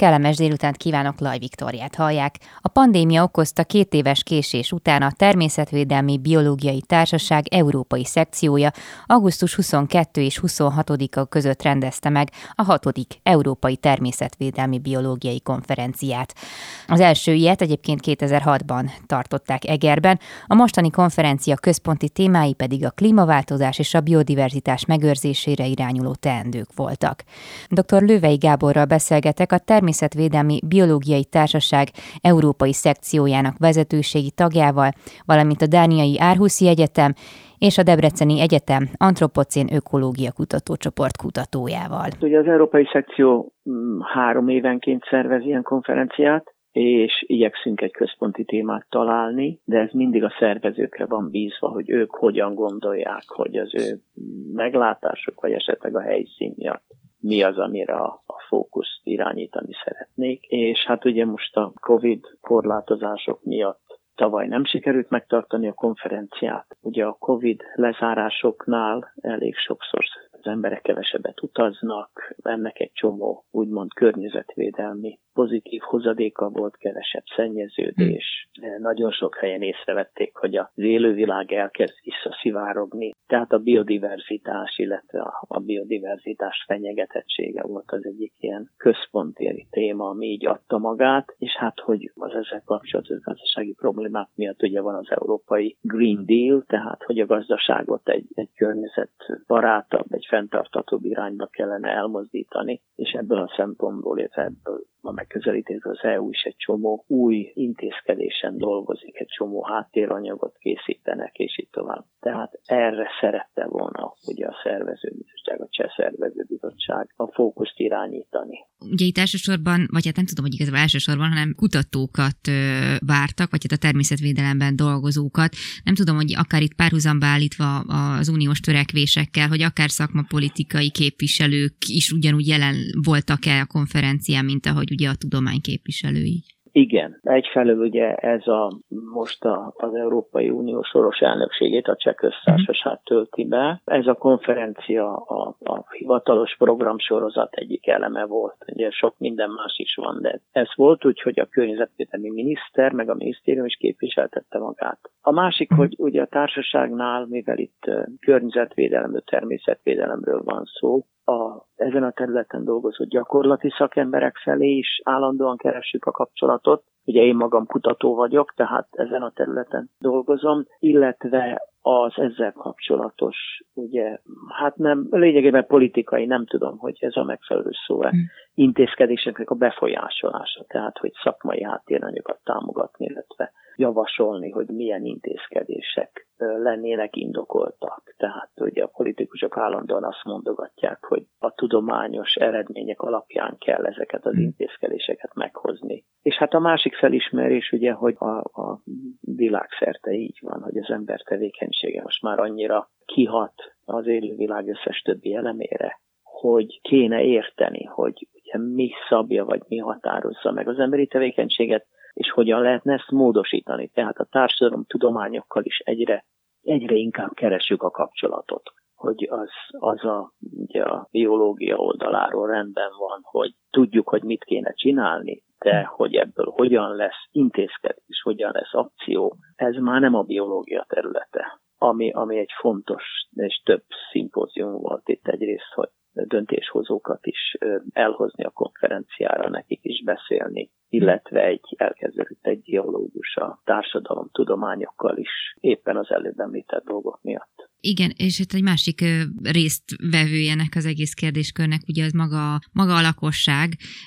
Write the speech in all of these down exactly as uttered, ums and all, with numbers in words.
Kellemes délutánt kívánok, Laj Viktóriát hallják. A pandémia okozta két éves késés után a Természetvédelmi Biológiai Társaság európai szekciója augusztus huszonkettedike és huszonhatodika között rendezte meg a hatodik Európai Természetvédelmi Biológiai Konferenciát. Az első ilyet egyébként kétezer-hatban tartották Egerben, a mostani konferencia központi témái pedig a klímaváltozás és a biodiverzitás megőrzésére irányuló teendők voltak. doktor Lővei Gáborral beszélgetek, a Természetvédelmi Biológiai Társaság európai szekciójának vezetőségi tagjával, valamint a dániai Aarhusi Egyetem és a Debreceni Egyetem Antropocén Ökológia Kutatócsoport kutatójával. Ugye az európai szekció három évenként szervez ilyen konferenciát, és igyekszünk egy központi témát találni, de ez mindig a szervezőkre van bízva, hogy ők hogyan gondolják, hogy az ő meglátásuk, vagy esetleg a helyszín miatt mi az, amire a, a fókuszt irányítani szeretnék. És hát ugye most a Covid korlátozások miatt tavaly nem sikerült megtartani a konferenciát. Ugye a Covid lezárásoknál elég sokszor az emberek kevesebbet utaznak, ennek egy csomó úgymond környezetvédelmi pozitív hozadéka volt, kevesebb szennyeződés. Nagyon sok helyen észrevették, hogy az élővilág elkezd visszaszivárogni. Tehát a biodiverzitás, illetve a biodiverzitás fenyegetettsége volt az egyik ilyen központi téma, ami így adta magát, és hát, hogy az ezzel kapcsolatos gazdasági problémák miatt ugye van az európai Green Deal, tehát, hogy a gazdaságot egy, egy környezetbarátabb, egy fenntarthatóbb irányba kellene elmozdítani, és ebből a szempontból, illetve ebből a megközelítésből az é u is egy csomó új intézkedésen dolgozik, egy csomó háttéranyagot készítenek, és így tovább. Tehát erre szerette volna ugye a szervezőbizottság, a Cseh Szervezőbizottság a fókuszt irányítani. Ugye itt elsősorban, vagy hát nem tudom, hogy igazából elsősorban, hanem kutatókat ö, vártak, vagy hát a természetvédelemben dolgozókat. Nem tudom, hogy akár itt párhuzamba állítva az uniós törekvésekkel, hogy akár szakmapolitikai képviselők is ugyanúgy jelen voltak-e a konferencián, mint ahogy ugye a tudomány képviselői. Igen, egyfelől ugye ez a most a, az Európai Unió soros elnökségét a Cseh Köztársaság tölti be. Ez a konferencia a, a hivatalos programsorozat egyik eleme volt. Ugye sok minden más is van, de ez volt úgy, hogy a környezetvédelmi miniszter, meg a minisztérium is képviseltette magát. A másik, hogy ugye a társaságnál, mivel itt környezetvédelemről, természetvédelemről van szó, A, ezen a területen dolgozó gyakorlati szakemberek felé is állandóan keressük a kapcsolatot. Ugye én magam kutató vagyok, tehát ezen a területen dolgozom, illetve az ezzel kapcsolatos, ugye, hát nem, lényegében politikai, nem tudom, hogy ez a megfelelő szó-e, hmm. intézkedéseknek a befolyásolása, tehát hogy szakmai háttéranyagokat támogatni, illetve javasolni, hogy milyen intézkedések lennének indokoltak. Tehát ugye a politikusok állandóan azt mondogatják, hogy a tudományos eredmények alapján kell ezeket az intézkedéseket meghozni. És hát a másik felismerés ugye, hogy a, a világszerte így van, hogy az ember tevékenysége most már annyira kihat az élővilág összes többi elemére, hogy kéne érteni, hogy ugye mi szabja, vagy mi határozza meg az emberi tevékenységet, és hogyan lehetne ezt módosítani. Tehát a társadalomtudományokkal is egyre, egyre inkább keressük a kapcsolatot, hogy az, az a, ugye a biológia oldaláról rendben van, hogy tudjuk, hogy mit kéne csinálni, de hogy ebből hogyan lesz intézkedés, hogyan lesz akció, ez már nem a biológia területe, ami, ami egy fontos és több szimpózium volt itt egyrészt, hogy döntéshozókat is elhozni a konferenciára, nekik is beszélni, illetve egy elkezdődött egy dialógus a társadalomtudományokkal is, éppen az előbb említett dolgok miatt. Igen, és itt egy másik résztvevője ennek az egész kérdéskörnek, ugye az maga, maga a lakosság,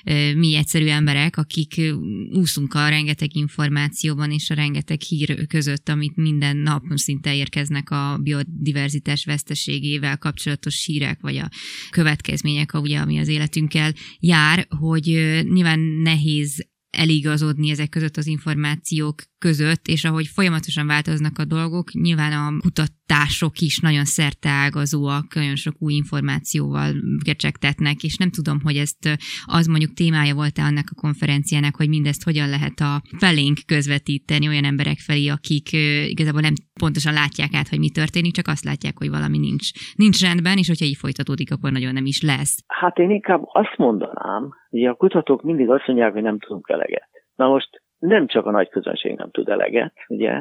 mi egyszerű emberek, akik úszunk a rengeteg információban és a rengeteg hír között, amit minden nap szinte érkeznek a biodiverzitás veszteségével kapcsolatos hírek, vagy a következmények, ugye, ami az életünkkel jár, hogy nyilván nehéz eligazodni ezek között az információk között, és ahogy folyamatosan változnak a dolgok, nyilván a kutatások is nagyon szerteágazóak, nagyon sok új információval kecsegtetnek, és nem tudom, hogy ezt az mondjuk témája volt-e annak a konferenciának, hogy mindezt hogyan lehet a felénk közvetíteni olyan emberek felé, akik igazából nem pontosan látják át, hogy mi történik, csak azt látják, hogy valami nincs, nincs rendben, és hogyha így folytatódik, akkor nagyon nem is lesz. Hát én inkább azt mondanám, hogy a kutatók mindig azt mondják, hogy nem tudunk eleget. Na most nem csak a nagy közönség nem tud eleget, ugye?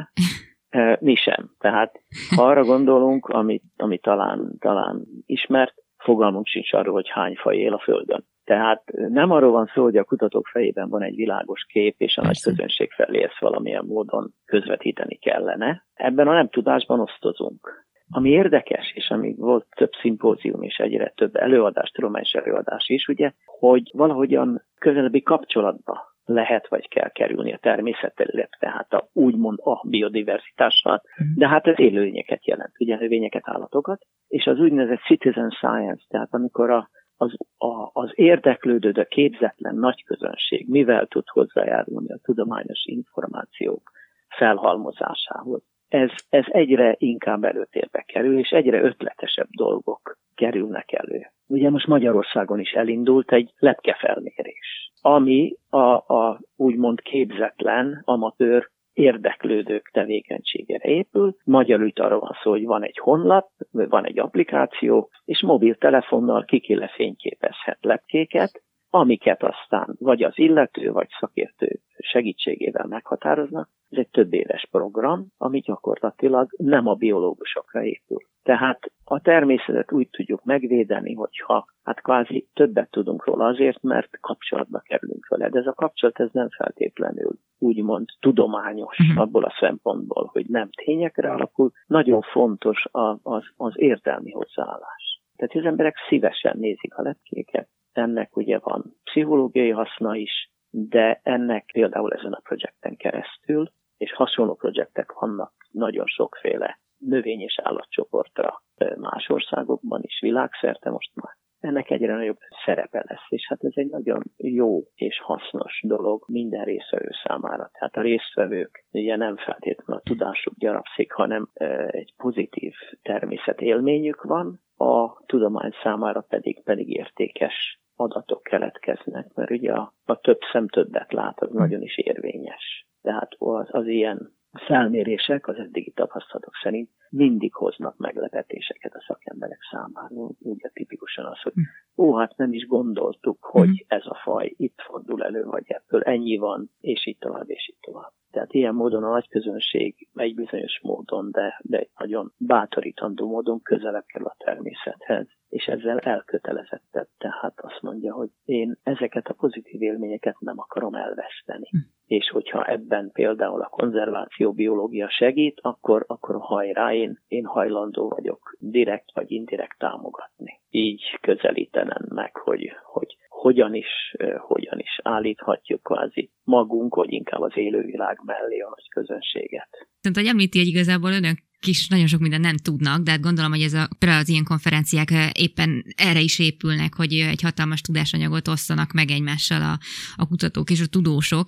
Mi sem. Tehát ha arra gondolunk, ami, ami talán, talán ismert, fogalmunk sincs arról, hogy hány faj él a Földön. Tehát nem arról van szó, hogy a kutatók fejében van egy világos kép, és a nagy közönség felé ezt valamilyen módon közvetíteni kellene. Ebben a nem tudásban osztozunk. Ami érdekes, és ami volt több szimpózium és egyre több előadás, tudományos előadás is, ugye, hogy valahogyan közelebbi kapcsolatba lehet vagy kell kerülni a természettel, tehát a, úgymond a biodiverzitással, de hát ez élőlényeket jelent, ugye növényeket, állatokat, és az úgynevezett citizen science, tehát amikor a, az, a, az érdeklődő, de képzetlen nagy közönség mivel tud hozzájárulni a tudományos információk felhalmozásához. Ez, ez egyre inkább előtérbe kerül, és egyre ötletesebb dolgok kerülnek elő. Ugye most Magyarországon is elindult egy lepkefelmérés, ami a, a úgymond képzetlen, amatőr érdeklődők tevékenységére épül. Magyarul itt arra van szó, hogy van egy honlap, van egy applikáció, és mobiltelefonnal ki-ki fényképezhet lepkéket, amiket aztán vagy az illető, vagy szakértő segítségével meghatároznak. Ez egy több éves program, ami gyakorlatilag nem a biológusokra épül. Tehát a természetet úgy tudjuk megvédeni, hogyha hát kvázi többet tudunk róla azért, mert kapcsolatba kerülünk vele. De ez a kapcsolat ez nem feltétlenül úgymond tudományos abból a szempontból, hogy nem tényekre alapul. Nagyon fontos az, az értelmi hozzáállás. Tehát az emberek szívesen nézik a lepkéket. Ennek ugye van pszichológiai haszna is, de ennek például ezen a projekten keresztül, és hasonló projektek vannak nagyon sokféle növény- és állatcsoportra más országokban is, világszerte most már. Ennek egyre nagyobb szerepe lesz, és hát ez egy nagyon jó és hasznos dolog minden résztvevő számára. Tehát a résztvevők ugye nem feltétlenül a tudásuk gyarapszik, hanem egy pozitív természetélményük van, a tudomány számára pedig, pedig értékes adatok keletkeznek, mert ugye a, a több szem többet lát, az nagyon is érvényes. Tehát az, az ilyen felmérések az eddigi tapasztalatok szerint mindig hoznak meglepetéseket a szakemberek számára. Ugye tipikusan az, hogy ó, hát nem is gondoltuk, hogy ez a faj itt fordul elő, vagy ebből ennyi van, és így tovább, és így tovább. Tehát ilyen módon a nagy közönség egy bizonyos módon, de, de egy nagyon bátorítandó módon közelebb kerül a természethez, és ezzel elkötelezettebb. Tehát azt mondja, hogy én ezeket a pozitív élményeket nem akarom elveszteni. Hm. És hogyha ebben például a konzerváció biológia segít, akkor, akkor hajrá, én, én hajlandó vagyok direkt vagy indirekt támogatni. Így közelítenem meg, hogy, hogy hogyan is, hogyan is állíthatjuk kvázi magunk, vagy inkább az élővilág mellé a nagy közönséget. Szerintem, hogy említi, hogy igazából önök is nagyon sok mindent nem tudnak, de hát gondolom, hogy ez a, például az ilyen konferenciák éppen erre is épülnek, hogy egy hatalmas tudásanyagot osszanak meg egymással a, a kutatók és a tudósok,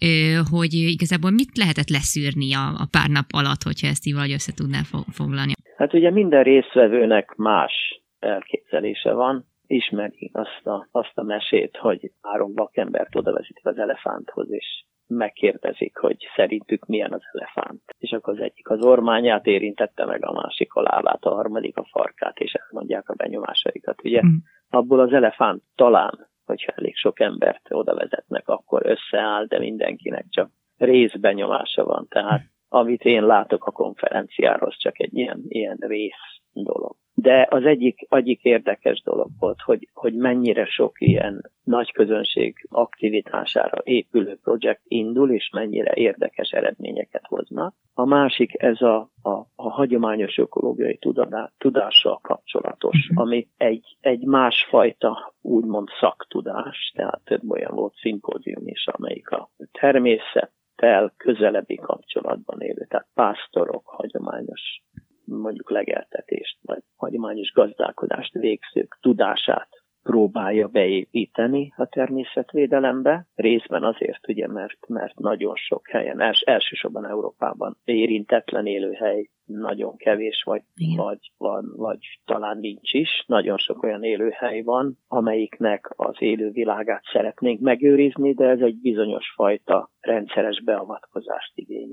hogy igazából mit lehetett leszűrni a, a pár nap alatt, hogyha ezt így valahogy össze tudnál foglalni? Hát ugye minden résztvevőnek más elképzelése van. Ismeri azt a, azt a mesét, hogy három vakembert odavezetik az elefánthoz, és megkérdezik, hogy szerintük milyen az elefánt. És akkor az egyik az ormányát érintette meg, a másik a lábát, a harmadik a farkát, és elmondják a benyomásaikat. Ugye mm. abból az elefánt talán, hogyha elég sok embert odavezetnek, akkor összeáll, de mindenkinek csak részbenyomása van. Tehát amit én látok a konferenciáról, csak egy ilyen, ilyen rész dolog. De az egyik, egyik érdekes dolog volt, hogy, hogy mennyire sok ilyen nagy közönség aktivitására épülő projekt indul, és mennyire érdekes eredményeket hoznak. A másik ez a, a, a hagyományos ökológiai tudadá, tudással kapcsolatos, uh-huh. ami egy, egy másfajta úgymond szaktudás, tehát több olyan volt szimpózium is, amelyik a természettel közelebbi kapcsolatban élő, tehát pásztorok, hagyományos mondjuk legeltetést, vagy hagyományos gazdálkodást végzők tudását próbálja beépíteni a természetvédelembe. Részben azért, ugye, mert, mert nagyon sok helyen, els, elsősorban Európában érintetlen élőhely nagyon kevés, vagy, vagy, van, vagy talán nincs is. Nagyon sok olyan élőhely van, amelyiknek az élővilágát szeretnénk megőrizni, de ez egy bizonyos fajta rendszeres beavatkozást igényel.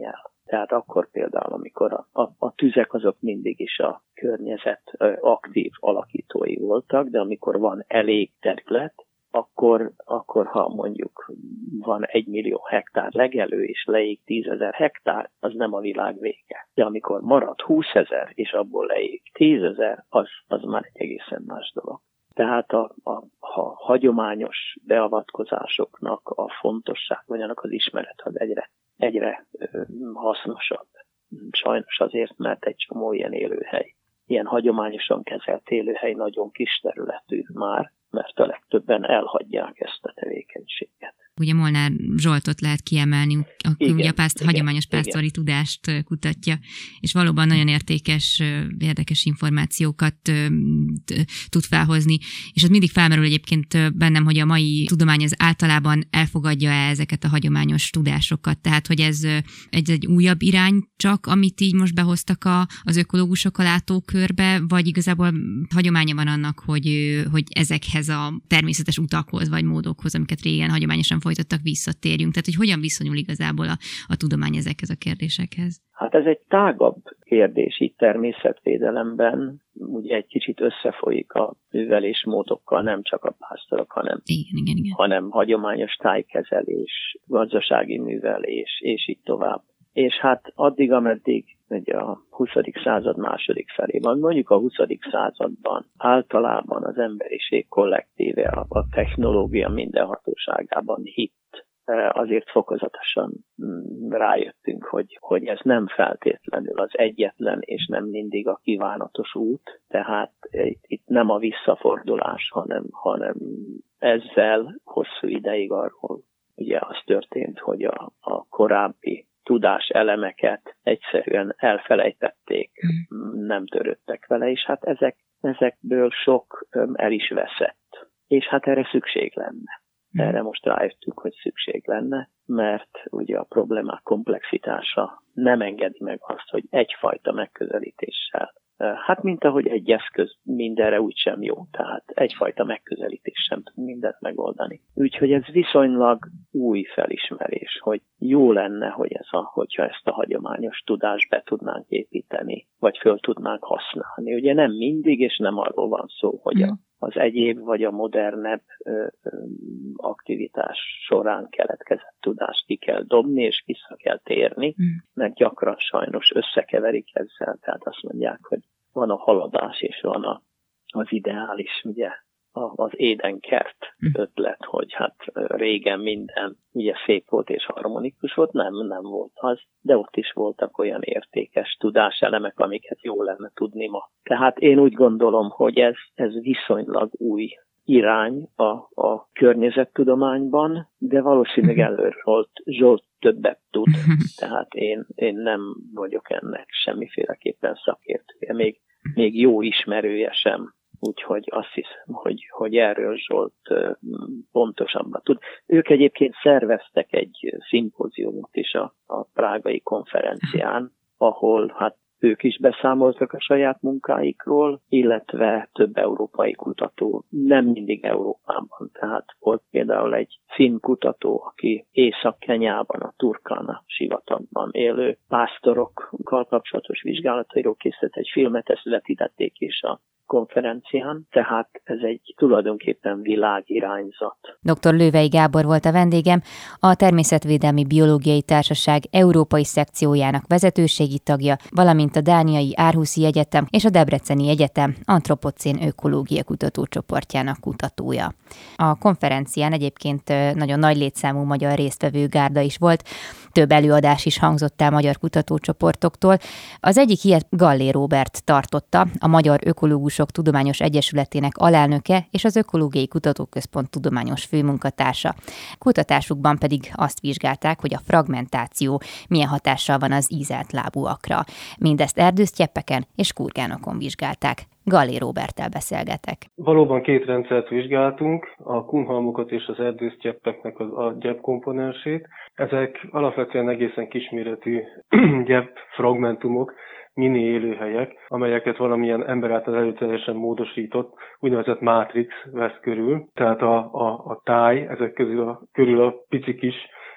Tehát akkor például, amikor a, a, a tüzek azok mindig is a környezet aktív alakítói voltak, de amikor van elég terület, akkor, akkor ha mondjuk van egy millió hektár legelő, és leég tízezer hektár, az nem a világ vége. De amikor marad húszezer, és abból leég tízezer, az, az már egy egészen más dolog. Tehát a, a, a hagyományos beavatkozásoknak a fontosság, vagy annak az ismeret az egyre, egyre ö, hasznosabb. Sajnos azért, mert egy csomó ilyen élőhely, ilyen hagyományosan kezelt élőhely nagyon kis területű már, mert a legtöbben elhagyják ezt a tevékenységet. Ugye Molnár Zsoltot lehet kiemelni, aki igen, ugye a pászt, igen, hagyományos pásztori igen. tudást kutatja, és valóban nagyon értékes, érdekes információkat tud felhozni, és az mindig felmerül egyébként bennem, hogy a mai tudomány az általában elfogadja-e ezeket a hagyományos tudásokat, tehát hogy ez egy, egy újabb irány csak, amit így most behoztak a, az ökológusok a látókörbe, vagy igazából hagyománya van annak, hogy, hogy ezekhez a természetes utakhoz, vagy módokhoz, amiket régen hagyományosan folytattak, visszatérjünk. Tehát, hogy hogyan viszonyul igazából a, a tudomány ezekhez a kérdésekhez? Hát ez egy tágabb kérdés itt természetvédelemben. Ugye egy kicsit összefolyik a művelésmódokkal, nem csak a pásztorok, hanem, igen, igen, igen. hanem hagyományos tájkezelés, gazdasági művelés, és így tovább. És hát addig, ameddig ugye a huszadik század második felében, mondjuk a huszadik században általában az emberiség kollektíve a, a technológia mindenhatóságában hitt, azért fokozatosan rájöttünk, hogy, hogy ez nem feltétlenül az egyetlen, és nem mindig a kívánatos út, tehát itt, itt nem a visszafordulás, hanem, hanem ezzel hosszú ideig arról ugye az történt, hogy a, a korábbi tudás elemeket egyszerűen elfelejtették, nem törődtek vele, és hát ezek, ezekből sok el is veszett. És hát erre szükség lenne. Erre most rájöttünk, hogy szükség lenne, mert ugye a problémák komplexitása nem engedi meg azt, hogy egyfajta megközelítéssel. Hát mint ahogy egy eszköz mindenre úgysem jó, tehát egyfajta megközelítés sem tud mindent megoldani. Úgyhogy ez viszonylag új felismerés, hogy jó lenne, hogy ez a, hogyha ezt a hagyományos tudást be tudnánk építeni, vagy föl tudnánk használni. Ugye nem mindig, és nem arról van szó, hogy a, az egyéb vagy a modernebb ö, ö, aktivitás során keletkezett tudást ki kell dobni, és vissza kell térni, mm. mert gyakran sajnos összekeverik ezzel, tehát azt mondják, hogy van a haladás, és van a, az ideális, ugye, a, az édenkert ötlet, hogy hát régen minden ugye szép volt és harmonikus volt, nem, nem volt az, de ott is voltak olyan értékes tudáselemek, amiket jó lenne tudni ma. Tehát én úgy gondolom, hogy ez, ez viszonylag új irány a, a környezettudományban, de valószínűleg előre Zsolt, Zsolt többet tud, tehát én, én nem vagyok ennek semmiféleképpen szakértője, még, még jó ismerője sem, úgyhogy azt hiszem, hogy, hogy erről Zsolt pontosabban tud. Ők egyébként szerveztek egy szimpóziumot is a, a prágai konferencián, ahol hát ők is beszámoltak a saját munkáikról, illetve több európai kutató, nem mindig Európában. Tehát volt például egy finn kutató, aki Észak-Kenyában, a Turkana sivatagban élő pásztorokkal kapcsolatos vizsgálatairól készített egy filmet, ezt vetítették is a konferencián, tehát ez egy tulajdonképpen világirányzat. doktor Lővei Gábor volt a vendégem, a Természetvédelmi Biológiai Társaság európai szekciójának vezetőségi tagja, valamint a Dániai Aarhusi Egyetem és a Debreceni Egyetem antropocén ökológia kutatócsoportjának kutatója. A konferencián egyébként nagyon nagy létszámú magyar résztvevő gárda is volt, több előadás is hangzott el magyar kutatócsoportoktól. Az egyik ilyet Gallé Róbert tartotta, a Magyar Ökológusok Tudományos Egyesületének alelnöke és az Ökológiai Kutatóközpont tudományos főmunkatársa. Kutatásukban pedig azt vizsgálták, hogy a fragmentáció milyen hatással van az ízelt lábúakra. Mindezt erdősztyeppeken és kurgánokon vizsgálták. Gallé Róberttel beszélgetek. Valóban két rendszert vizsgáltunk, a kunhalmokat és az erdősztyeppeknek az a gyep komponensét. Ezek alapvetően egészen kisméretű gyep fragmentumok, mini élőhelyek, amelyeket valamilyen ember által előteljesen módosított úgynevezett mátrix vesz körül. Tehát a, a, a táj, ezek közül a, körül a pici kis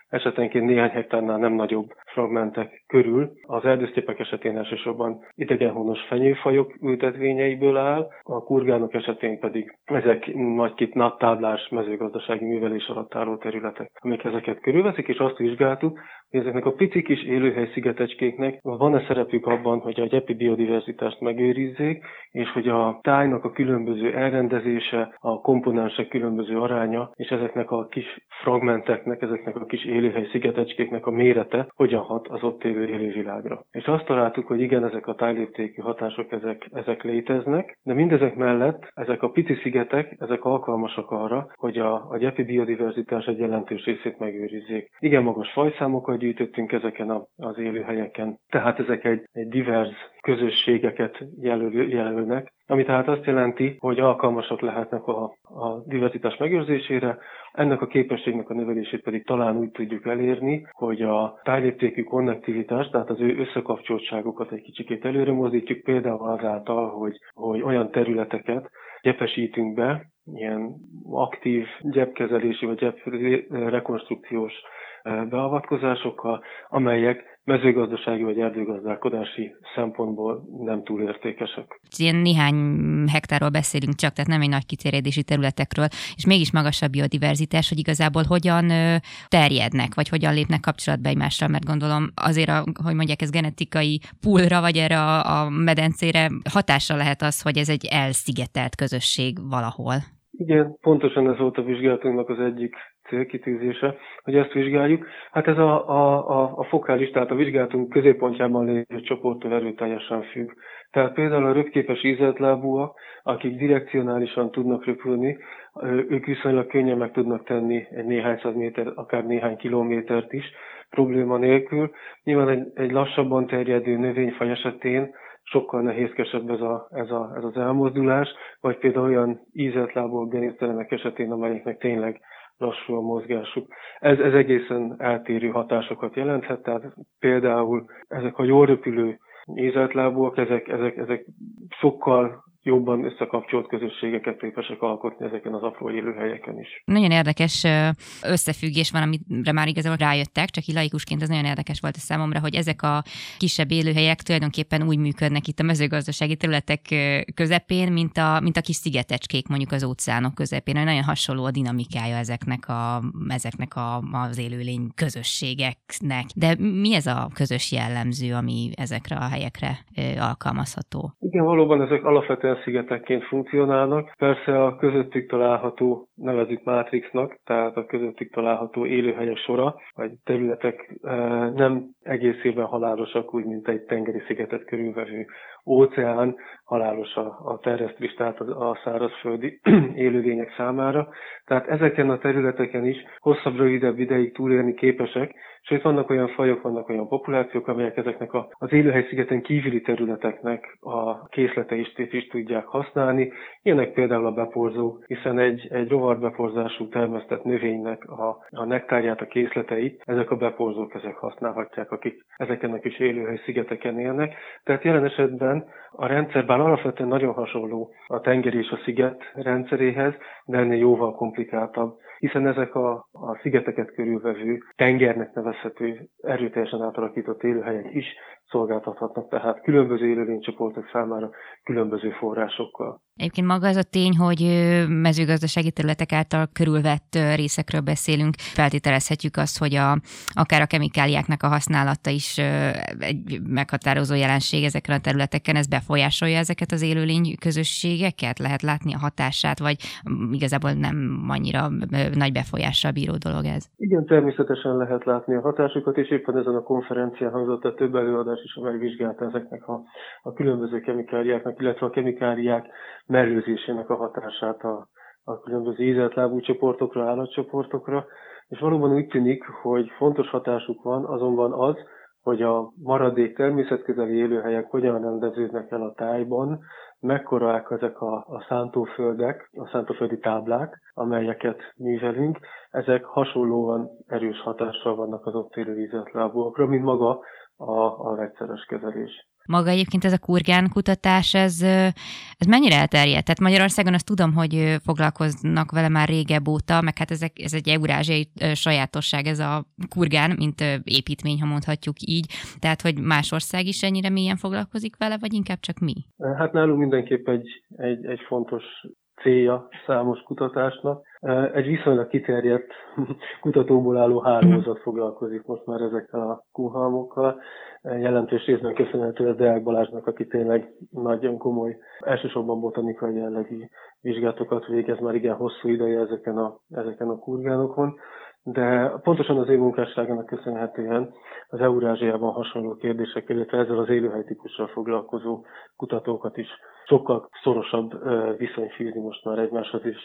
esetenként néhány hektárnál nem nagyobb fragmentek körül. Az erdősztyepek esetén elsősorban idegenhonos fenyőfajok ültetvényeiből áll, a kurgánok esetén pedig ezek nagy-kit táblás mezőgazdasági művelés alatt álló területek, amik ezeket körülveszik, és azt vizsgáltuk, hogy ezeknek a pici kis élőhely szigetecskéknek van-e szerepük abban, hogy a gyepi biodiverzitást megőrizzék, és hogy a tájnak a különböző elrendezése, a komponensek különböző aránya, és ezeknek a kis fragmenteknek, ezeknek a kis élőhely szigetecskéknek a mérete hogyan hat az ott élő élővilágra. És azt találtuk, hogy igen, ezek a tájléptékű hatások, ezek, ezek léteznek, de mindezek mellett ezek a pici szigetek, ezek alkalmasak arra, hogy a, a gyepi biodiverzitás egy jelentős részét megőrizzék. Igen magas fajszámokat gyűjtöttünk ezeken a, az élőhelyeken, tehát ezek egy, egy divers közösségeket jelöl, jelölnek, ami tehát azt jelenti, hogy alkalmasak lehetnek a, a diverzitás megőrzésére, ennek a képességnek a növelését pedig talán úgy tudjuk elérni, hogy a tájléptékű konnektivitást, tehát az ő összekapcsoltságokat egy kicsikét előre mozdítjuk, például azáltal, hogy, hogy olyan területeket gyepesítünk be, ilyen aktív gyepkezelési vagy gyep-rekonstrukciós beavatkozásokkal, amelyek mezőgazdasági vagy erdőgazdálkodási szempontból nem túl értékesek. Ilyen néhány hektárról beszélünk csak, tehát nem egy nagy kiterjedési területekről, és mégis magasabb biodiverzitás, hogy igazából hogyan terjednek, vagy hogyan lépnek kapcsolatba egymással, mert gondolom azért, a, hogy mondják, ez genetikai poolra, vagy erre a, a medencére hatással lehet az, hogy ez egy elszigetelt közösség valahol. Igen, pontosan ez volt a vizsgálatunknak az egyik célkitűzése, hogy ezt vizsgáljuk. Hát ez a, a, a, a fokális, tehát a vizsgálatunk középpontjában lévő csoporttól erőteljesen függ. Tehát például a röpképes ízeltlábúak, akik direkcionálisan tudnak röpülni, ők viszonylag könnyen meg tudnak tenni egy néhány száz méter, akár néhány kilométert is, probléma nélkül. Nyilván egy, egy lassabban terjedő növényfaj esetén sokkal nehézkesebb ez, a, ez, a, ez az elmozdulás, vagy például olyan ízeltlábúak, gerinctelenek esetén, amelyeknek tényleg lassú a mozgásuk. Ez, ez egészen eltérő hatásokat jelenthet, tehát például ezek a jól röpülő ízeltlábúak, ezek, ezek, ezek sokkal jobban összekapcsolt közösségeket képesek alkotni ezeken az apró élőhelyeken is. Nagyon érdekes összefüggés van, amire már igazából rájöttek, csak így laikusként ez nagyon érdekes volt a számomra, hogy ezek a kisebb élőhelyek tulajdonképpen úgy működnek itt a mezőgazdasági területek közepén, mint a, mint a kis szigetecskék mondjuk az óceánok közepén. Nagyon hasonló a dinamikája ezeknek, a, ezeknek a, az élőlény közösségeknek. De mi ez a közös jellemző, ami ezekre a helyekre alkalmazható? Igen, valóban ezek alapvetően szigetekként funkcionálnak. Persze a közöttük található, nevezzük mátrixnak, tehát a közöttük található élőhelyek sora, vagy területek nem egészében halálosak, úgy, mint egy tengeri szigetet körülvevő óceán, halálos a, a terresztris, tehát a, a szárazföldi élőlények számára. Tehát ezeken a területeken is hosszabb, rövidebb ideig túlélni képesek, és itt vannak olyan fajok, vannak olyan populációk, amelyek ezeknek a, az élőhely szigeten kívüli területeknek a készleteit is tudják használni. Ilyenek például a beporzók, hiszen egy, egy rovarbeporzású termesztett növénynek a, a nektárját, a készleteit, ezek a beporzók ezek használhatják, akik ezeken a kis élőhely szigeteken élnek. Tehát jelen esetben a rendszer bár alapvetően nagyon hasonló a tenger és a sziget rendszeréhez, de ennél jóval komplikáltabb, hiszen ezek a, a szigeteket körülvevő tengernek nevezhető erőteljesen átalakított élőhelyek is szolgáltathatnak, tehát különböző élőlénycsoportok számára különböző forrásokkal. Egyébként maga az a tény, hogy mezőgazdasági területek által körülvett részekről beszélünk, feltételezhetjük azt, hogy a, akár a kemikáliáknak a használata is egy meghatározó jelenség ezeken a területeken, ez befolyásolja ezeket az élőlény közösségeket? Lehet látni a hatását, vagy igazából nem annyira nagy befolyással bíró dolog ez? Igen, természetesen lehet látni a hatásukat, és éppen ezen a konferencián hangzott a több előadás is, amely vizsgálta ezeknek a, a különböző kemikáliáknak, illetve a kemikáliák mellőzésének a hatását a, a különböző ízeltlábú csoportokra, állatcsoportokra, és valóban úgy tűnik, hogy fontos hatásuk van, azonban az, hogy a maradék természetközeli élőhelyek hogyan rendeződnek el a tájban, mekkorák ezek a, a szántóföldek, a szántóföldi táblák, amelyeket művelünk, ezek hasonlóan erős hatással vannak az ott élő ízeltlábúakra, mint maga a, a vegyszeres kezelés. Maga egyébként ez a kurgán kutatás, ez, ez mennyire elterjedt? Tehát Magyarországon azt tudom, hogy foglalkoznak vele már régebb óta, meg hát ezek, ez egy eurázsiai sajátosság, ez a kurgán, mint építmény, ha mondhatjuk így. Tehát, hogy más ország is ennyire mélyen foglalkozik vele, vagy inkább csak mi? Hát nálunk mindenképp egy, egy, egy fontos célja számos kutatásnak. Egy viszonylag kiterjedt kutatóból álló hálózat foglalkozik most már ezekkel a kunhalmokkal. Jelentős részben köszönhető a Deák Balázsnak, aki tényleg nagyon komoly, elsősorban botanikai jellegű vizsgálatokat végez már igen hosszú ideje ezeken a, ezeken a kurgánokon. De pontosan az ő munkásságának köszönhetően az Eurázsiában hasonló kérdések, illetve ezzel az élőhelytípussal foglalkozó kutatókat is sokkal szorosabb viszony fűzni most már egymáshoz, és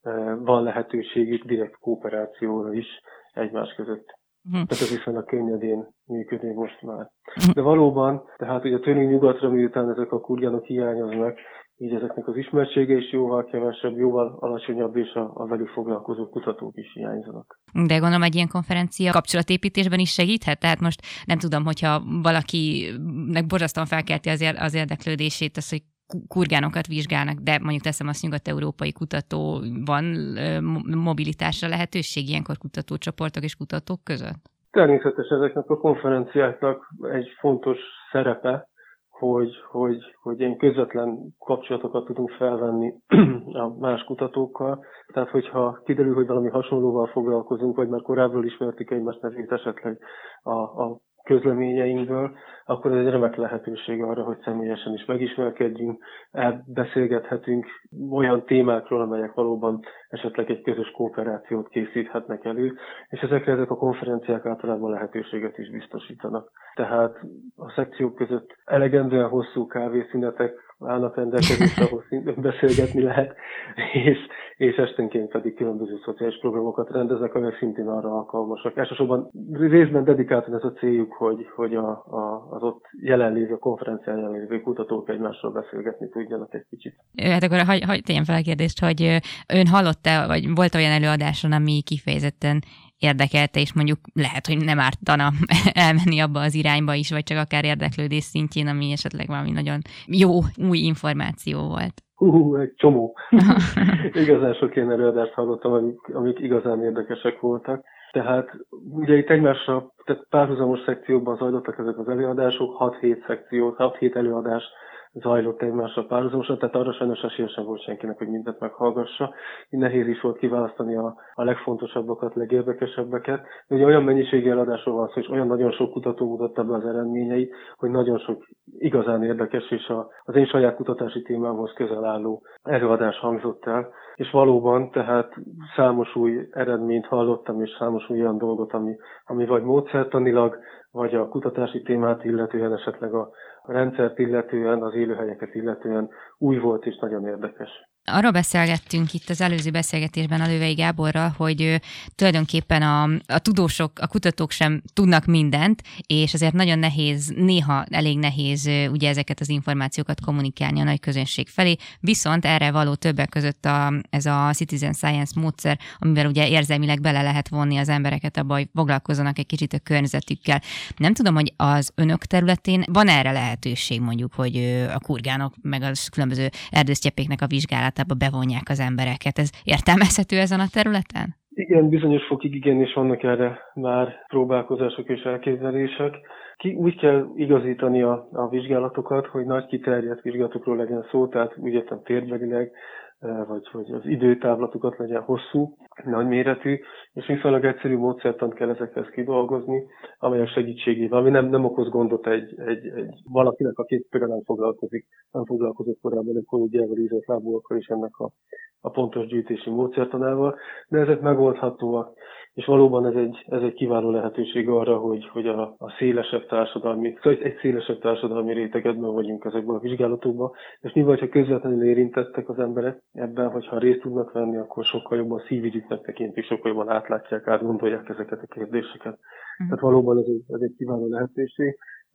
van lehetőségük direkt kooperációra is egymás között. Hm. Tehát ez viszonylag könnyedén működik most már. De valóban, tehát ugye tőlünk nyugatra, miután ezek a kurgánok hiányoznak, így ezeknek az ismertsége is jóval kevesebb, jóval alacsonyabb, és a, a velük foglalkozó kutatók is hiányzanak. De gondolom, egy ilyen konferencia kapcsolatépítésben is segíthet? Tehát most nem tudom, hogyha valakinek borzasztóan felkelti az, az érdeklődését, az, hogy kurgánokat vizsgálnak, de mondjuk teszem azt, nyugat-európai kutatóban mobilitásra lehetőség ilyenkor kutatócsoportok és kutatók között? Természetesen ezeknek a konferenciáknak egy fontos szerepe, hogy, hogy, hogy én közvetlen kapcsolatokat tudunk felvenni a más kutatókkal. Tehát, hogyha kiderül, hogy valami hasonlóval foglalkozunk, vagy már korábbról ismertük egymást nevét esetleg a, a közleményeinkből, akkor ez egy remek lehetőség arra, hogy személyesen is megismerkedjünk, beszélgethetünk olyan témákról, amelyek valóban esetleg egy közös kooperációt készíthetnek elő, és ezekre ezek a konferenciák általában lehetőséget is biztosítanak. Tehát a szekciók között elegendően hosszú kávészünetek állnak rendelkezésre, ahol beszélgetni lehet, és, és esténként pedig különböző szociális programokat rendeznek, amelyek szintén arra alkalmasak. Elsősorban részben dedikáltan ez a céljuk, hogy, hogy a, a, az ott jelenlévő, a konferencián jelenlévő kutatók egymással beszélgetni tudjanak egy kicsit. Hát akkor hagy, hagy tegyem fel a kérdést, hogy ön hallott-e, vagy volt olyan előadáson, ami kifejezetten érdekelte, és mondjuk lehet, hogy nem ártana elmenni abba az irányba is, vagy csak akár érdeklődés szintjén, ami esetleg valami nagyon jó, új információ volt. Hú, egy csomó. Igazán sok ilyen előadást hallottam, amik, amik igazán érdekesek voltak. Tehát ugye itt egymásra, tehát párhuzamos szekciókban zajlottak ezek az előadások, hat-hét szekció, hat-hét előadás zajlott egymással párhuzamosan, tehát arra sajnos esélye sem volt senkinek, hogy mindent meghallgassa. Így nehéz is volt kiválasztani a, a legfontosabbakat, legérdekesebbeket. De ugye olyan mennyiségi eladásról van szó, és olyan nagyon sok kutató mutatta be az eredményeit, hogy nagyon sok igazán érdekes, és a, az én saját kutatási témámhoz közel álló előadás hangzott el. És valóban, tehát számos új eredményt hallottam, és számos új olyan dolgot, ami, ami vagy módszertanilag, vagy a kutatási témát illetően, esetleg a rendszert illetően, az élőhelyeket illetően új volt és nagyon érdekes. Arról beszélgettünk itt az előző beszélgetésben a Lővei Gáborral, hogy tulajdonképpen a, a tudósok, a kutatók sem tudnak mindent, és azért nagyon nehéz, néha elég nehéz ugye ezeket az információkat kommunikálni a nagy közönség felé, viszont erre való többek között a, ez a Citizen Science módszer, amivel ugye érzelmileg bele lehet vonni az embereket abba, hogy foglalkozzanak egy kicsit a környezetükkel. Nem tudom, hogy az önök területén van erre lehetőség mondjuk, hogy a kurgánok, meg a különböző erdősztyeppéknek a vizsgálat bevonják az embereket. Ez értelmezhető ezen a területen? Igen, bizonyos fokig igen, és vannak erre már próbálkozások és elképzelések. Ki úgy kell igazítani a, a vizsgálatokat, hogy nagy kiterjedt vizsgálatokról legyen szó, tehát úgy értem térbelileg, vagy hogy az időtávlatukat legyen hosszú, nagyméretű, és viszonylag egyszerű módszertant kell ezekhez kidolgozni, amelyek segítségével, ami nem, nem okoz gondot egy, egy, egy valakinek, aki például nem foglalkozik, nem foglalkozott korábban egy kollégiával, ízott lábúakkal és ennek a, a pontos gyűjtési módszertanával, de ezek megoldhatóak, és valóban ez egy, ez egy kiváló lehetőség arra, hogy, hogy a, a szélesebb társadalmi, szóval egy szélesebb társadalmi rétegedben vagyunk ezekben a vizsgálatokban, és mi vagy, ha közvetlenül érintettek az emberek ebben, hogyha részt tudnak venni, akkor sokkal jobban szívügyüknek tekintik, sokkal jobban átlátják, átgondolják ezeket a kérdéseket. Mm. Tehát valóban ez egy, ez egy kiváló lehetőség.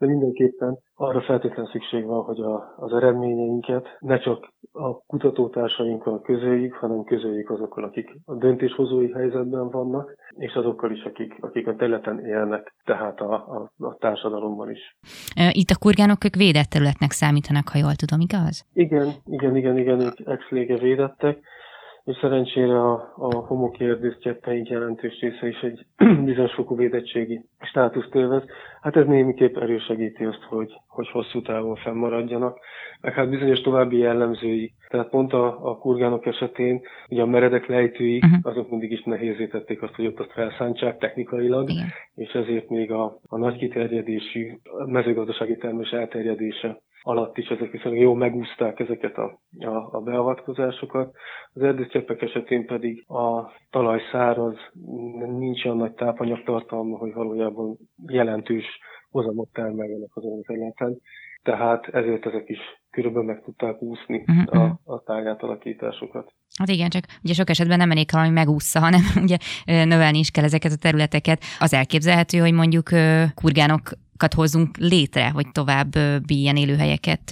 de mindenképpen arra feltétlenül szükség van, hogy a, az eredményeinket ne csak a kutatótársainkkal közöljük, hanem közöljük azokkal, akik a döntéshozói helyzetben vannak, és azokkal is, akik, akik a területen élnek, tehát a, a, a társadalomban is. Itt a kurgánok ők védett területnek számítanak, ha jól tudom, igaz? Igen, igen, igen, igen, ők ex lege védettek, és szerencsére a, a homoki erdősztyeppeink jelentős része is egy bizonyos fokú védettségi státuszt élvez. Hát ez némiképp elősegíti azt, hogy, hogy hosszú távon fennmaradjanak, meg hát bizonyos további jellemzői. Tehát pont a, a kurgánok esetén ugye a meredek lejtőik, uh-huh. azok mindig is nehézé tették azt, hogy ott azt felszántsák technikailag, igen. És ezért még a, a nagy kiterjedésű mezőgazdasági termés elterjedése alatt is ezek viszonylag jól megúszták ezeket a, a, a beavatkozásokat. Az erdősztyeppek esetén pedig a talaj száraz, nincs olyan nagy tápanyagtartalma, hogy valójában jelentős hozamot termeljenek azon a területen. Tehát ezért ezek is körülbelül meg tudták úszni uh-huh. a, a tájátalakításokat. Hát igen, csak ugye sok esetben nem elég valami megúszza, hanem ugye növelni is kell ezeket a területeket. Az elképzelhető, hogy mondjuk kurgánokat hozzunk létre, hogy további ilyen élőhelyeket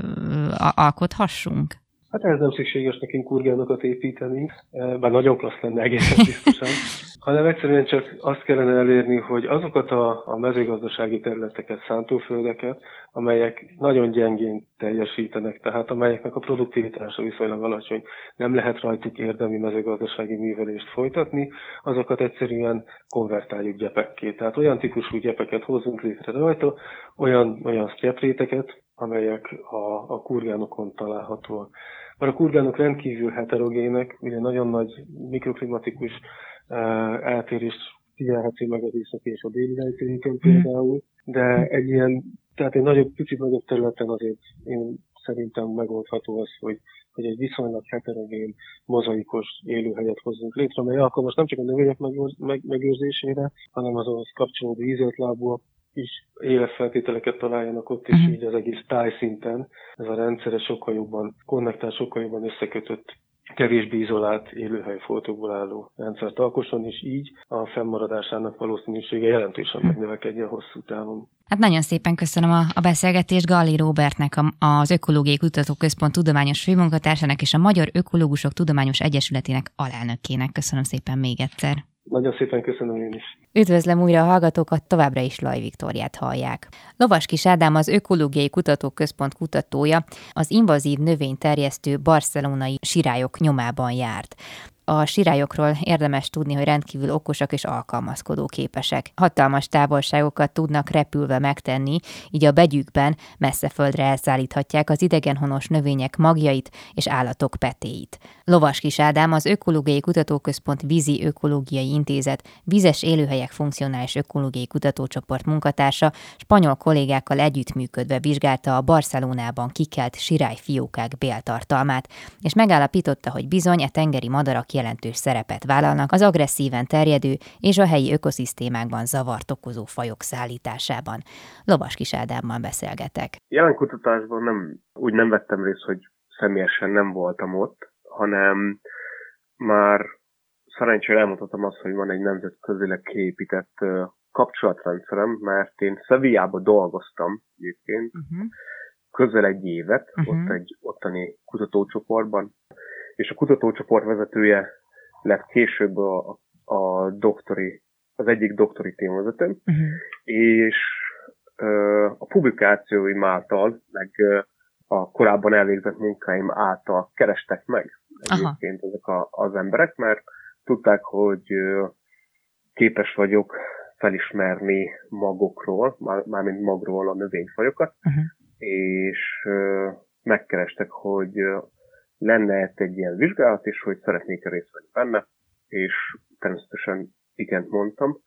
alkothassunk? Hát ez nem szükséges nekünk kurgánokat építeni, bár nagyon klassz lenne egészen biztosan, hanem egyszerűen csak azt kellene elérni, hogy azokat a, a mezőgazdasági területeket, szántóföldeket, amelyek nagyon gyengén teljesítenek, tehát amelyeknek a produktivitása viszonylag alacsony, nem lehet rajtuk érdemi mezőgazdasági művelést folytatni, azokat egyszerűen konvertáljuk gyepekké. Tehát olyan típusú gyepeket hozzunk létre rajta, olyan, olyan sztyepréteket, amelyek a, a kurgánokon találhatóak. Mert a kurgánok rendkívül heterogének, ugye nagyon nagy mikroklimatikus uh, eltérést figyelhető meg az északi és a déli lejtőikön például, de egy ilyen, tehát egy nagyobb, picit nagyobb területen azért én szerintem megoldható az, hogy, hogy egy viszonylag heterogén, mozaikos élőhelyet hozzunk létre, amely alkalmas nem csak a növények megőrzésére, hanem azonhoz kapcsolódó ízeltlábúak is életfeltételeket találjanak ott, és így az egész tájszinten ez a rendszere sokkal jobban konnektál, sokkal jobban összekötött, kevésbé izolált élőhelyfoltokból álló rendszert alkosson, és így a fennmaradásának valószínűsége jelentősen megnövekedjen hosszú távon. Hát nagyon szépen köszönöm a, a beszélgetést Galli Róbertnek, a, az Ökológiai Kutatóközpont tudományos főmunkatársának és a Magyar Ökológusok Tudományos Egyesületének alelnökének. Köszönöm szépen még egyszer. Nagyon szépen köszönöm én is. Üdvözlöm újra a hallgatókat, továbbra is Laj Viktóriát hallják. Lovaskis Ádám az Ökológiai Kutatóközpont kutatója, az invazív növényterjesztő barcelonai sirályok nyomában járt. A sirályokról érdemes tudni, hogy rendkívül okosak és alkalmazkodó képesek. Hatalmas távolságokat tudnak repülve megtenni, így a begyükben messze földre elszállíthatják az idegenhonos növények magjait és állatok petéit. Lovaskis Ádám az Ökológiai Kutatóközpont Vízi Ökológiai Intézet Vizes Élőhelyek Funkcionális Ökológiai Kutatócsoport munkatársa, spanyol kollégákkal együttműködve vizsgálta a Barcelonában kikelt sirályfiókák béltartalmát, és megállapította, hogy bizony a tengeri madarak jelentős szerepet vállalnak az agresszíven terjedő és a helyi ökoszisztémákban zavart okozó fajok szállításában. Lovaskis Ádámmal beszélgetek. Jelen kutatásban nem, úgy nem vettem részt, hogy személyesen nem voltam ott, hanem már szerencsére elmondhatom azt, hogy van egy nemzetközileg kiépített kapcsolatrendszerem, mert én Sevillában dolgoztam egyébként, uh-huh. közel egy évet, uh-huh. ott egy ottani kutatócsoportban, és a kutatócsoport vezetője lett később a, a doktori, az egyik doktori témavezetőm, uh-huh. és ö, a publikációim által, meg ö, a korábban elvégzett munkáim által kerestek meg egyébként Aha. ezek a, az emberek, mert tudták, hogy ö, képes vagyok felismerni magokról, már, mármint magról a növényfajokat, uh-huh. és ö, megkerestek, hogy ö, lenne egy ilyen vizsgálat, és hogy szeretnék részt venni benne, és természetesen igent mondtam,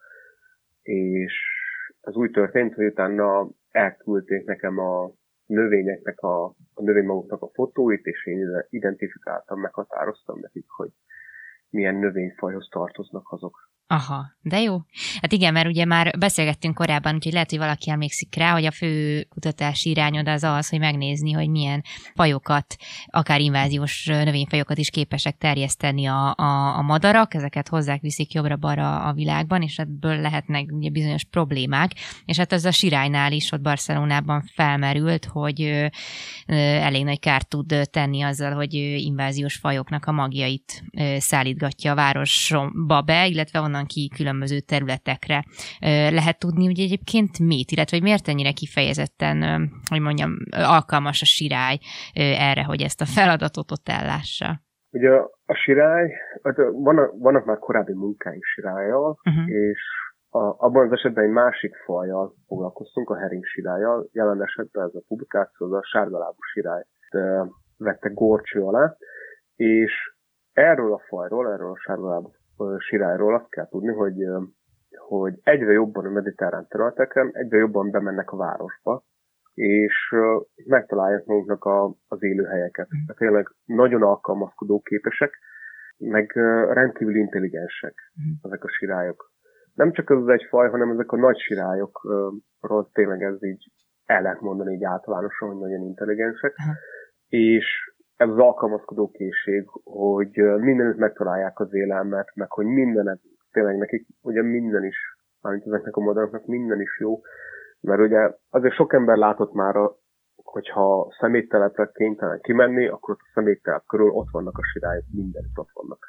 és ez úgy történt, hogy utána elküldték nekem a növényeknek, a, a növénymagoknak a fotóit, és én identifikáltam, meghatároztam nekik, hogy milyen növényfajhoz tartoznak azok. Aha, de jó. Hát igen, mert ugye már beszélgettünk korábban, úgyhogy lehet, hogy valaki emlékszik rá, hogy a fő kutatási irányod az az, hogy megnézni, hogy milyen fajokat, akár inváziós növényfajokat is képesek terjeszteni a, a, a madarak, ezeket hozzák, viszik jobbra-balra a világban, és ebből lehetnek ugye bizonyos problémák, és hát ez a sirálynál is ott Barcelonában felmerült, hogy ö, ö, elég nagy kárt tud tenni azzal, hogy inváziós fajoknak a magjait ö, szállítgatja a városba be, illetve onnan ki különböző területekre. Lehet tudni, hogy egyébként mit, illetve hogy miért ennyire kifejezetten, hogy mondjam, alkalmas a sirály erre, hogy ezt a feladatot ott ellássa? Ugye a sirály, vannak, vannak már korábbi munkái sirállyal, uh-huh. és a, abban az esetben egy másik fajjal foglalkoztunk, a hering sirállyal. Jelen esetben ez a publikáció, az a sárgalábú sirályt vette górcső alá, és erről a fajról, erről a sárgalábú sirályról azt kell tudni, hogy, hogy egyre jobban a mediterrán területeken, egyre jobban bemennek a városba, és megtalálják maguknak a, az élőhelyeket. Tehát tényleg nagyon alkalmazkodó képesek, meg rendkívül intelligensek ezek a sirályok. Nem csak ez az egy faj, hanem ezek a nagy sirályokról tényleg ez így el lehet mondani így általánosan, hogy nagyon intelligensek. Uh-huh. És ez az alkalmazkodó készség, hogy mindenütt megtalálják az élelmet, meg hogy mindenet, tényleg nekik ugye minden is, mármint ezeknek a madaraknak minden is jó, mert ugye azért sok ember látott már, hogyha szeméttelepre kénytelen kimenni, akkor ott a szeméttelep körül ott vannak a sirályok, mindenütt ott vannak.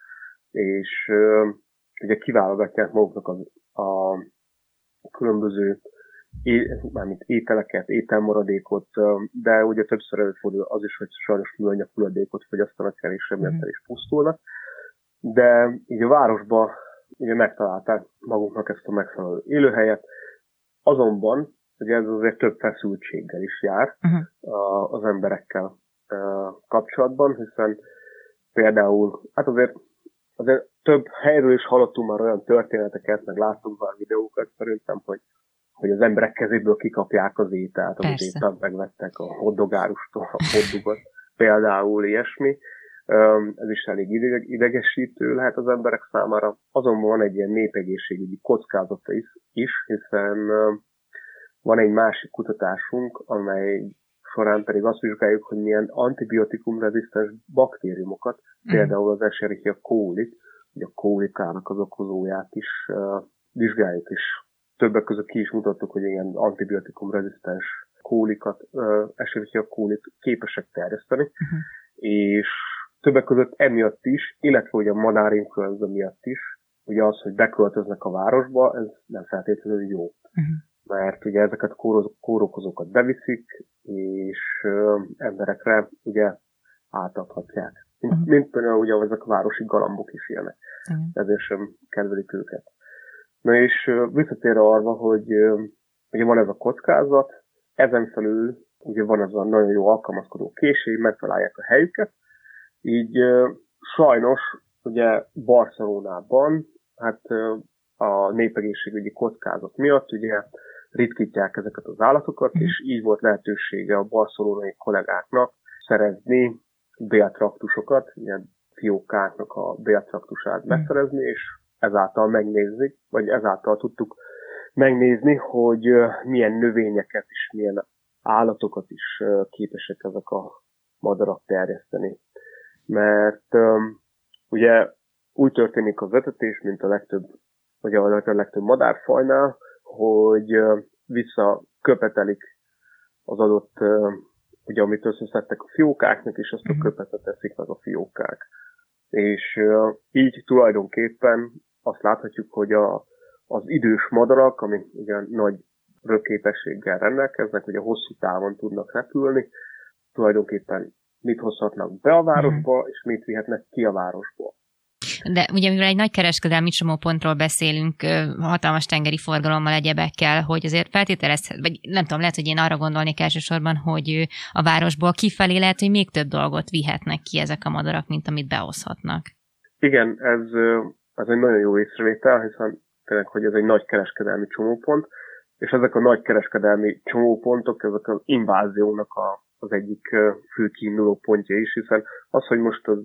És ugye kiválogatják maguknak a, a különböző É, mármint ételeket, ételmaradékot, de ugye többször előfordul az is, hogy sajnos műanyag hulladékot fogyasztanak el, és emiatt el is pusztulnak. De így a városban ugye megtalálták maguknak ezt a megfelelő élőhelyet, azonban ugye ez azért több feszültséggel is jár uh-huh. az emberekkel kapcsolatban, hiszen például, hát azért, azért több helyről is hallottunk már olyan történeteket, meg láttunk már videókat szerintem, hogy hogy az emberek kezéből kikapják az ételt, amit éppen megvettek a hoddogárustól, a hoddogot, például ilyesmi. Ez is elég idegesítő lehet az emberek számára. Azonban van egy ilyen népegészségügyi kockázata is, hiszen van egy másik kutatásunk, amely során pedig azt vizsgáljuk, hogy milyen antibiotikumrezisztens baktériumokat, mm. például az Escherichia coli, vagy a kólikának az okozóját is vizsgáljuk is. Többek között ki is mutattuk, hogy ilyen antibiotikum-rezisztens kólikat, Escherichia cólit képesek terjeszteni, uh-huh. és többek között emiatt is, illetve hogy a madárinfluenza miatt is, ugye az, hogy beköltöznek a városba, ez nem feltétlenül jó. Uh-huh. Mert ugye ezeket kóroz, kórokozókat beviszik, és ö, emberekre ugye átadhatják. Mint, uh-huh. mint például ugye ezek a városi galambok is ilyenek. Uh-huh. Ezért sem kedvelik őket. Na és visszatérve arra, hogy ugye van ez a kockázat, ezen felül ugye van ez a nagyon jó alkalmazkodó készség, megtalálják a helyüket, így sajnos ugye Barcelonában, hát a népegészségügyi kockázat miatt ugye ritkítják ezeket az állatokat, mm. és így volt lehetősége a barcelonai kollégáknak szerezni béltraktusokat, ilyen fiókáknak a béltraktusát mm. megszerezni, és ezáltal megnézni, vagy ezáltal tudtuk megnézni, hogy milyen növényeket és milyen állatokat is képesek ezek a madarak terjeszteni. Mert um, ugye úgy történik az etetés, mint a legtöbb, vagy a legtöbb madárfajnál, hogy uh, visszaköpetelik az adott, uh, ugye amit összeszedtek a fiókáknak, és azt a köpetet teszik meg a fiókák. És uh, így tulajdonképpen azt láthatjuk, hogy a, az idős madarak, amik ugye nagy röpképességgel rendelkeznek, ugye hosszú távon tudnak repülni, tulajdonképpen mit hozhatnak be a városba, és mit vihetnek ki a városból. De ugye mivel egy nagy kereskedelmi csomópontról beszélünk, hatalmas tengeri forgalommal, egyebekkel, hogy azért feltételezhet, vagy nem tudom, lehet, hogy én arra gondolnék elsősorban, hogy a városból kifelé lehet, hogy még több dolgot vihetnek ki ezek a madarak, mint amit behozhatnak. Igen, ez, ez egy nagyon jó észrevétel, hiszen tényleg, hogy ez egy nagy kereskedelmi csomópont, és ezek a nagy kereskedelmi csomópontok, ezek az inváziónak a, az egyik fő kiinduló pontja is, hiszen az, hogy most az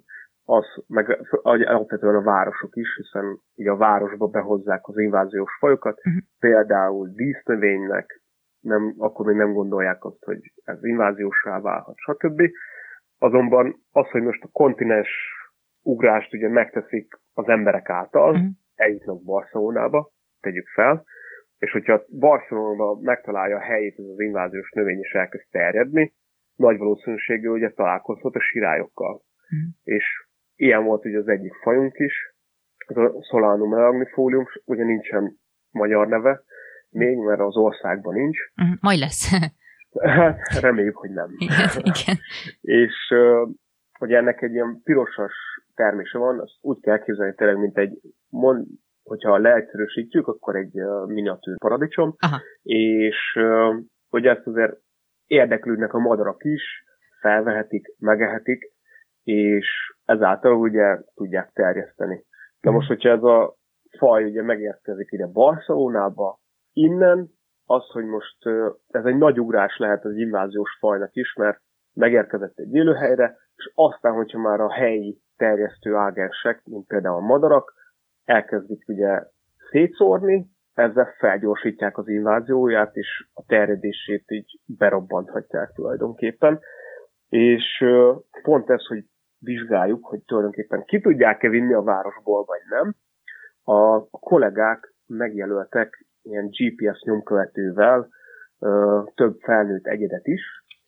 az, meg alapvetően a városok is, hiszen ugye a városba behozzák az inváziós fajokat, uh-huh. például dísznövénynek, nem, akkor még nem gondolják azt, hogy ez inváziósá válhat, stb. Azonban az, hogy most a kontinens ugrást ugye megteszik az emberek által, uh-huh. eljutnak Barcelonába, tegyük fel, és hogyha Barcelonában megtalálja a helyét ez az inváziós növény, és elkezd terjedni, nagy valószínűséggel ugye találkozhat a sirályokkal. Uh-huh. És ilyen volt ugye az egyik fajunk is, ez a Solanum eagnifolium, ugye nincsen magyar neve, még, mert az országban nincs. Uh-huh. Majd lesz. Hát reméljük, hogy nem. Igen, igen. És uh, hogy ennek egy ilyen pirosas termése van, azt úgy kell képzelni tényleg, mint egy, mond, hogyha leegyszerűsítjük, akkor egy uh, miniatűr paradicsom, aha. és uh, hogy ezt azért érdeklődnek a madarak is, felvehetik, megehetik, és ezáltal ugye tudják terjeszteni. Na most, hogyha ez a faj ugye megérkezik ide Barcelonába, innen az, hogy most ez egy nagy ugrás lehet az inváziós fajnak is, mert megérkezett egy élőhelyre, és aztán, hogyha már a helyi terjesztő ágensek, mint például a madarak, elkezdik ugye szétszórni, ezzel felgyorsítják az invázióját, és a terjedését így berobbanthatják tulajdonképpen. És pont ez, hogy vizsgáljuk, hogy tulajdonképpen ki tudják-e vinni a városból, vagy nem. A kollégák megjelöltek ilyen gé pé es nyomkövetővel több felnőtt egyedet is,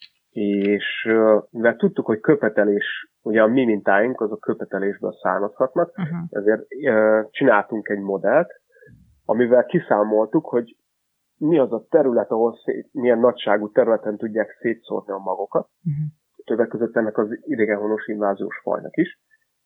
és mivel tudtuk, hogy köpetelés, ugye a mi mintáink azok köpetelésből származhatnak, uh-huh. ezért csináltunk egy modellt, amivel kiszámoltuk, hogy mi az a terület, ahol szét, milyen nagyságú területen tudják szétszórni a magokat. Uh-huh. Többek között ennek az idegenhonos inváziós fajnak is.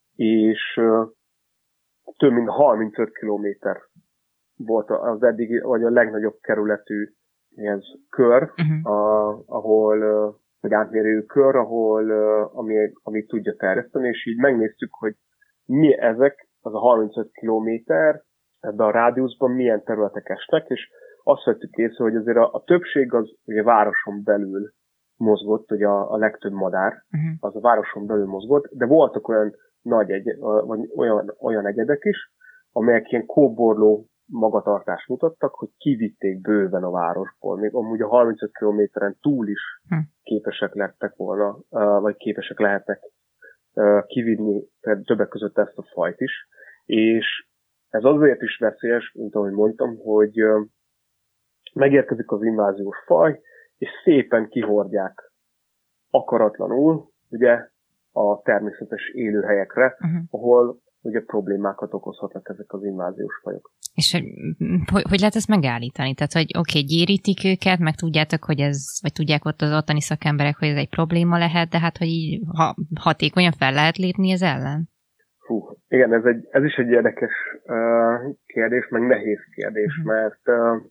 És uh, több mint harmincöt kilométer volt az eddigi, vagy a legnagyobb kerületű ez kör, uh-huh. a, ahol, uh, vagy átmérőjű kör, ahol, uh, ami, amit tudja terjeszteni, és így megnéztük, hogy mi ezek, az a harmincöt kilométer, ebben a rádiuszban milyen területek esnek, és azt vettük észre, hogy azért a, a többség az ugye városon belül mozgott, ugye a, a legtöbb madár, uh-huh. az a városon belül mozgott, de voltak olyan nagy egy, vagy olyan, olyan egyedek is, amelyek ilyen kóborló magatartást mutattak, hogy kivitték bőven a városból. Még amúgy a harmincöt kilométeren túl is uh-huh. képesek lettek volna, vagy képesek lehetnek kivinni többek között ezt a fajt is. És ez azért is veszélyes, mint ahogy mondtam, hogy megérkezik az inváziós faj, és szépen kihordják akaratlanul, ugye, a természetes élőhelyekre, uh-huh. ahol ugye problémákat okozhatnak ezek az inváziós fajok. És hogy, hogy lehet ezt megállítani? Tehát, hogy oké, okay, gyérítik őket, meg tudjátok, hogy ez, vagy tudják ott az ottani szakemberek, hogy ez egy probléma lehet, de hát, hogy így, ha hatékonyan fel lehet lépni ez ellen? Hú, igen, ez, egy, ez is egy érdekes uh, kérdés, meg nehéz kérdés, uh-huh. mert uh,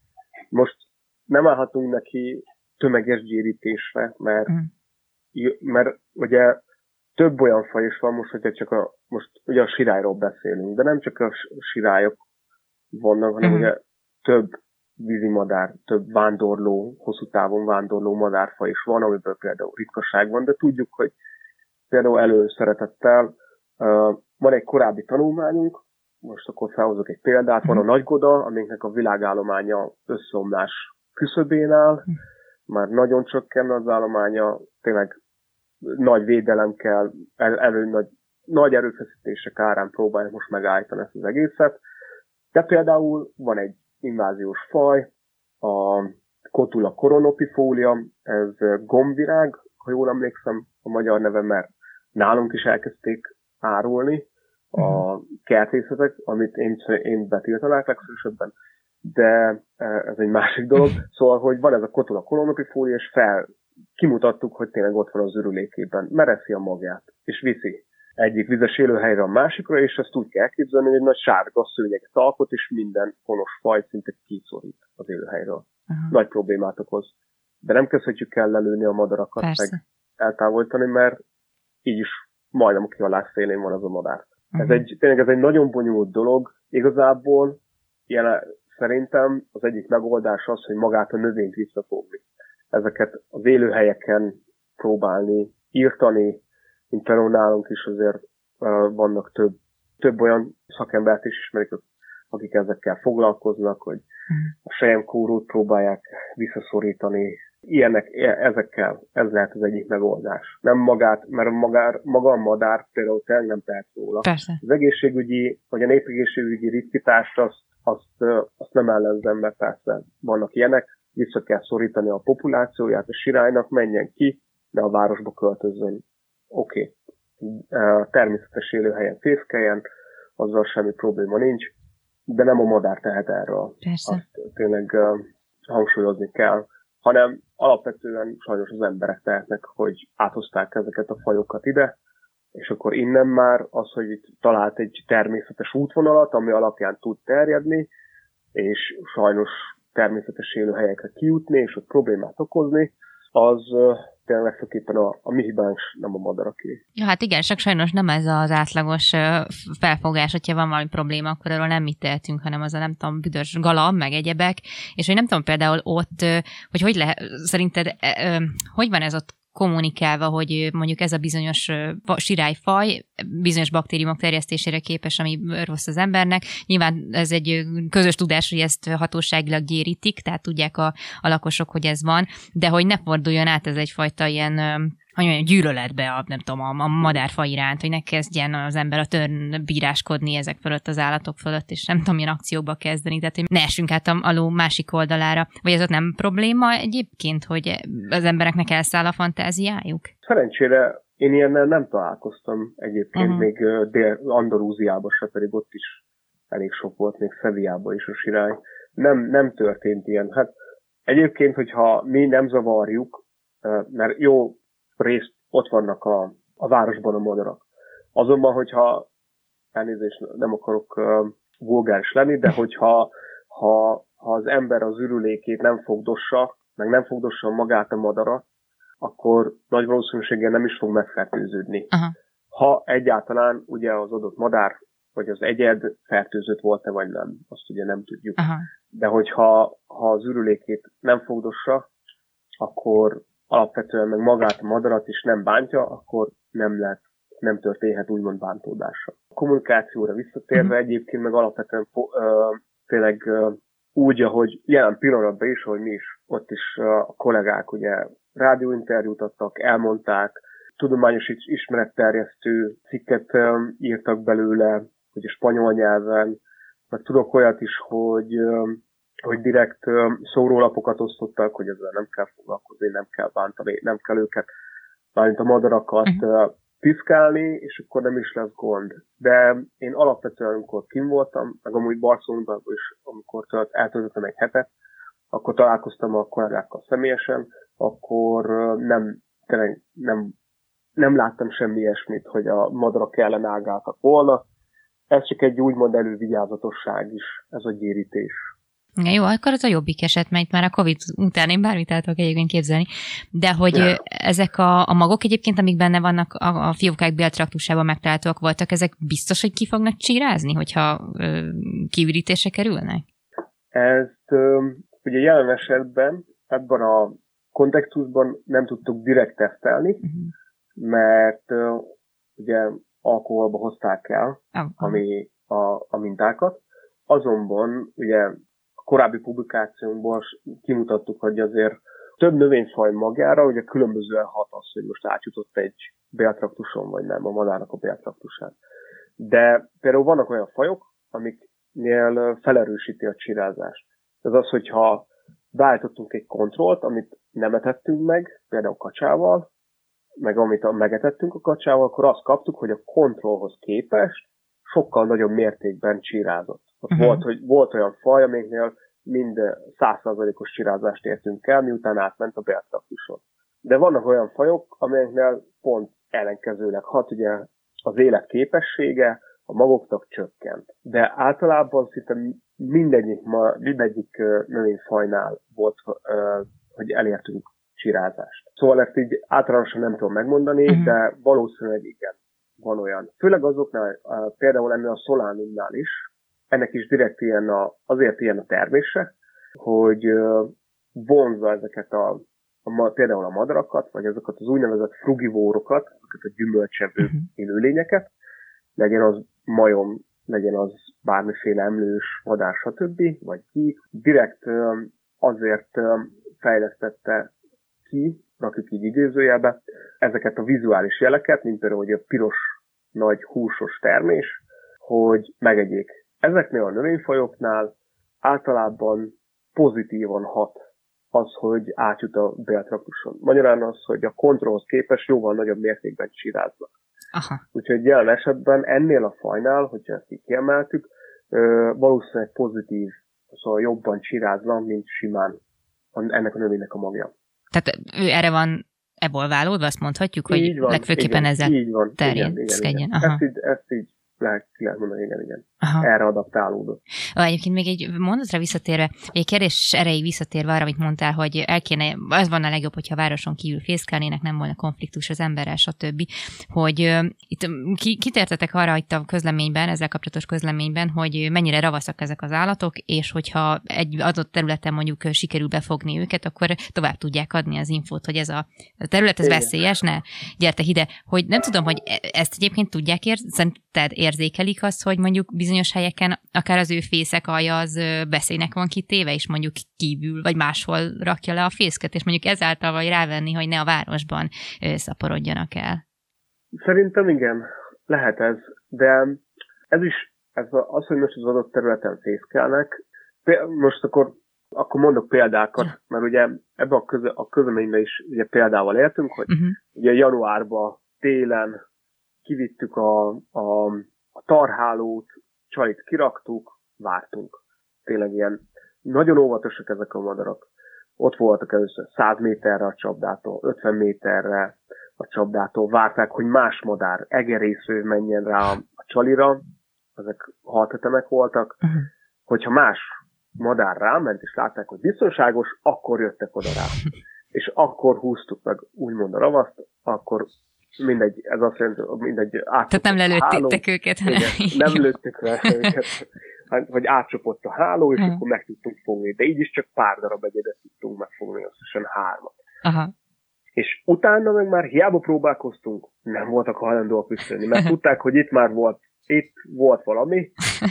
most nem állhatunk neki tömeges gyérítésre, mert, uh-huh. mert ugye több olyan faj is van most, hogyha csak a, most ugye a sirályról beszélünk, de nem csak a sirályok vannak, hanem uh-huh. ugye több vízimadár, több vándorló, hosszú távon vándorló madárfaj is van, amiből például ritkaság van, de tudjuk, hogy például előszeretettel uh, van egy korábbi tanulmányunk, most akkor felhozok egy példát, uh-huh. van a nagygoda, amiknek a világállománya összeomlás küszöbén áll, uh-huh. már nagyon csökken az állománya, tényleg nagy védelem kell, el, elő, nagy, nagy erőfeszítések árán próbálják most megállítani ezt az egészet. De például van egy inváziós faj, a Cotula coronopifolia, ez gombvirág, ha jól emlékszem a magyar neve, mert nálunk is elkezdték árulni a kertészetek, amit én, én betiltanák legszívesebben, de ez egy másik dolog. Szóval, hogy van ez a Cotula coronopifolia, és fel kimutattuk, hogy tényleg ott van az ürülékében, mereszi a magját, és viszi egyik vizes élőhelyre a másikra, és ezt úgy kell képzelni, hogy egy nagy sárga szőnyeget alkot, és minden honos faj szinte kiszorít az élőhelyről. Uh-huh. Nagy problémát okoz. De nem kezdhetjük el lelőni a madarakat, Persze. meg eltávolítani, mert így is majdnem ki a lászszélén van az a madár. Uh-huh. Ez egy, tényleg ez egy nagyon bonyolult dolog. Igazából jelen, szerintem az egyik megoldás az, hogy magát a növényt visszafogni. Ezeket az élőhelyeken próbálni, írtani, mint például nálunk is azért vannak több, több olyan szakembert is ismerik, akik ezekkel foglalkoznak, hogy a selyemkórót próbálják visszaszorítani. Ilyenek, ezekkel, ez lehet az egyik megoldás. Nem magát, mert magár, maga a madár például tényleg nem tehet róla. Persze. Az egészségügyi, vagy a népegészségügyi ritkítást azt, azt, azt nem ellenzem, mert persze vannak ilyenek, vissza kell szorítani a populációját, a sirálynak menjen ki, de a városba költözzön. Oké. Okay. Természetes élőhelyen fészkeljen, azzal semmi probléma nincs, de nem a madár tehet erről. Persze. Azt tényleg uh, hangsúlyozni kell, hanem alapvetően sajnos az emberek tehetnek, hogy áthozták ezeket a fajokat ide, és akkor innen már az, hogy itt talált egy természetes útvonalat, ami alapján tud terjedni, és sajnos természetes élőhelyekre kijutni, és ott problémát okozni, az uh, tényleg legfőképpen a, a mi hibánk, nem a madaraké. Ja, hát igen, csak sajnos nem ez az átlagos felfogás, hogyha van valami probléma, akkor arról nem mi tehetünk, hanem az a nem tudom, büdös galamb, meg egyebek, és hogy nem tudom például ott, hogy hogy lehet, szerinted, hogy van ez ott kommunikálva, hogy mondjuk ez a bizonyos sirályfaj bizonyos baktériumok terjesztésére képes, ami rossz az embernek. Nyilván ez egy közös tudás, hogy ezt hatóságilag gyérítik, tehát tudják a, a lakosok, hogy ez van, de hogy ne forduljon át ez egyfajta ilyen hogy mondjam, gyűlöletbe a, nem tudom, a, a madárfaj iránt, hogy ne kezdjen az ember a törn bíráskodni ezek fölött, az állatok fölött, és nem tudom, milyen akciókba kezdeni, tehát hogy ne essünk át a ló másik oldalára. Vagy ez ott nem probléma egyébként, hogy az embereknek elszáll a fantáziájuk? Szerencsére én ilyennel nem találkoztam egyébként, uh-huh. még Dél-Andalúziában se, pedig ott is elég sok volt, még Sevillában is a sirály. Nem, nem történt ilyen. Hát egyébként, hogyha mi nem zavarjuk, mert jó részt ott vannak a, a városban a madarak. Azonban, hogyha elnézést, nem akarok uh, vulgáris lenni, de hogyha ha, ha az ember az ürülékét nem fogdossa, meg nem fogdossa magát a madarat, akkor nagy valószínűséggel nem is fog megfertőződni. Aha. Ha egyáltalán ugye az adott madár, vagy az egyed fertőzött volt-e, vagy nem, azt ugye nem tudjuk. Aha. De hogyha ha az ürülékét nem fogdossa, akkor alapvetően meg magát a madarat is nem bántja, akkor nem lehet, nem történhet úgymond bántódása. A kommunikációra visszatérve uh-huh. egyébként meg alapvetően uh, tényleg uh, úgy, ahogy jelen pillanatban is, hogy mi is, ott is uh, a kollégák ugye rádióinterjút adtak, elmondták, tudományos ismeretterjesztő cikket uh, írtak belőle, hogy a spanyol nyelven, meg tudok olyat is, hogy uh, hogy direkt uh, szórólapokat osztottak, hogy ezzel nem kell foglalkozni, nem kell bántani, nem kell őket, mármint a madarakat uh, piszkálni, és akkor nem is lesz gond. De én alapvetően, amikor kim voltam, meg amúgy Barcelonában is, amikor eltöltöttem egy hetet, akkor találkoztam a kollégákkal személyesen, akkor uh, nem, tényleg nem, nem láttam semmi ilyesmit, hogy a madarak ellen ágáltak volna. Ez csak egy úgymond elővigyázatosság is, ez a gyérítés. Jó, akkor az a jobbik eset, mert már a Covid után én bármit el tudok egyébként képzelni, de hogy yeah. ezek a, a magok egyébként, amik benne vannak a, a fiókák béltraktusában megtalálhatóak voltak, ezek biztos, hogy ki fognak csírázni, hogyha ö, kiürítésre kerülnek? Ezt ö, ugye jelen esetben ebben a kontextusban nem tudtuk direkt tesztelni, uh-huh. mert ö, ugye alkoholba hozták el oh. ami a, a mintákat, azonban ugye korábbi publikációnkból kimutattuk, hogy azért több növényfaj magára, ugye különbözően hat az, hogy most átjutott egy béltraktuson, vagy nem, a madárnak a béltraktusán. De például vannak olyan fajok, amiknél felerősíti a csirázást. Ez az, hogyha beállítottunk egy kontrollt, amit nem etettünk meg, például kacsával, meg amit megetettünk a kacsával, akkor azt kaptuk, hogy a kontrollhoz képest sokkal nagyobb mértékben csirázott. Uh-huh. Volt, hogy volt olyan faj, amiknél mind száz százalékos csirázást értünk el, miután átment a béltraktuson. De vannak olyan fajok, amelyeknél pont ellenkezőleg hat, ugye az élet képessége a magoknak csökkent. De általában szinte mindegyik, mindegyik növényfajnál volt, hogy elértünk csirázást. Szóval ezt így általánosan nem tudom megmondani, uh-huh. de valószínűleg igen, van olyan. Főleg azoknál, például ennél a Solanumnál is, ennek is direkt ilyen a, azért ilyen a termése, hogy vonzza ezeket a, a, például a madarakat, vagy ezeket az úgynevezett frugivórokat, ezeket a gyümölcsevő uh-huh. élőlényeket, legyen az majom, legyen az bármiféle emlős, vadár, stb. Vagy ki, direkt azért fejlesztette ki, rakjuk így idézőjelbe, ezeket a vizuális jeleket, mint például hogy a piros, nagy húsos termés, hogy megegyék. Ezeknél a növényfajoknál általában pozitívan hat az, hogy átjut a béltraktuson. Magyarán az, hogy a kontrollhoz képest jóval nagyobb mértékben csiráznak. Aha. Úgyhogy jelen esetben ennél a fajnál, hogyha ezt így kiemeltük, valószínűleg pozitív, szóval jobban csirázna, mint simán ennek a növénynek a magja. Tehát ő erre van ebolválódva, azt mondhatjuk, hogy van, legfőképpen igen, ezzel így van, terjeszkedjen. Ezt így, ezt így lehet, ki lehet mondani, igen, igen. Aha. Erre adaptálódott. Egyébként még egy mondatra visszatérve, egy kérdés erejéig visszatérve arra, amit mondtál, hogy el kéne, az van a legjobb, hogyha a városon kívül fészkelnének, nem volna konfliktus az emberrel, stb. Hogy uh, itt ki, kitértetek arra itt a közleményben, ezzel kapcsolatos közleményben, hogy mennyire ravaszak ezek az állatok, és hogyha egy adott területen mondjuk sikerül befogni őket, akkor tovább tudják adni az infót, hogy ez a terület ez veszélyes, ne gyertek ide. Hogy nem tudom, hogy ezt egyébként tudják ér, szerinted érzékelik azt, hogy mondjuk bizonyos helyeken akár az ő fészek alja az veszélynek van kitéve, és mondjuk kívül, vagy máshol rakja le a fészket, és mondjuk ezáltal vagy rávenni, hogy ne a városban szaporodjanak el. Szerintem igen, lehet ez, de ez is, ez az, hogy most az adott területen fészkelnek, most akkor, akkor mondok példákat, ja. Mert ugye ebben a, köze, a közleményben is ugye példával éltünk, hogy uh-huh. ugye januárban, télen kivittük a, a, a tarhálót, csalit kiraktuk, vártunk. Tényleg ilyen nagyon óvatosak ezek a madarak. Ott voltak először száz méterre a csapdától, ötven méterre a csapdától. Várták, hogy más madár, egerésző menjen rá a, a csalira. Ezek haltetemek voltak. Uh-huh. Hogyha más madár ráment, és látták, hogy biztonságos, akkor jöttek oda rá. És akkor húztuk meg úgymond a ravaszt, akkor mindegy, ez azt jelenti, mindegy átcsopott. Tehát nem lelőttétek őket, hanem... Igen, nem lőttük le őket, vagy átcsopott a háló, és hmm. akkor meg tudtunk fogni. De így is csak pár darab egyedet tudtunk megfogni, összesen hármat. Aha. És utána meg már hiába próbálkoztunk, nem voltak hajlandóak visszajönni, mert tudták, hogy itt már volt, itt volt valami,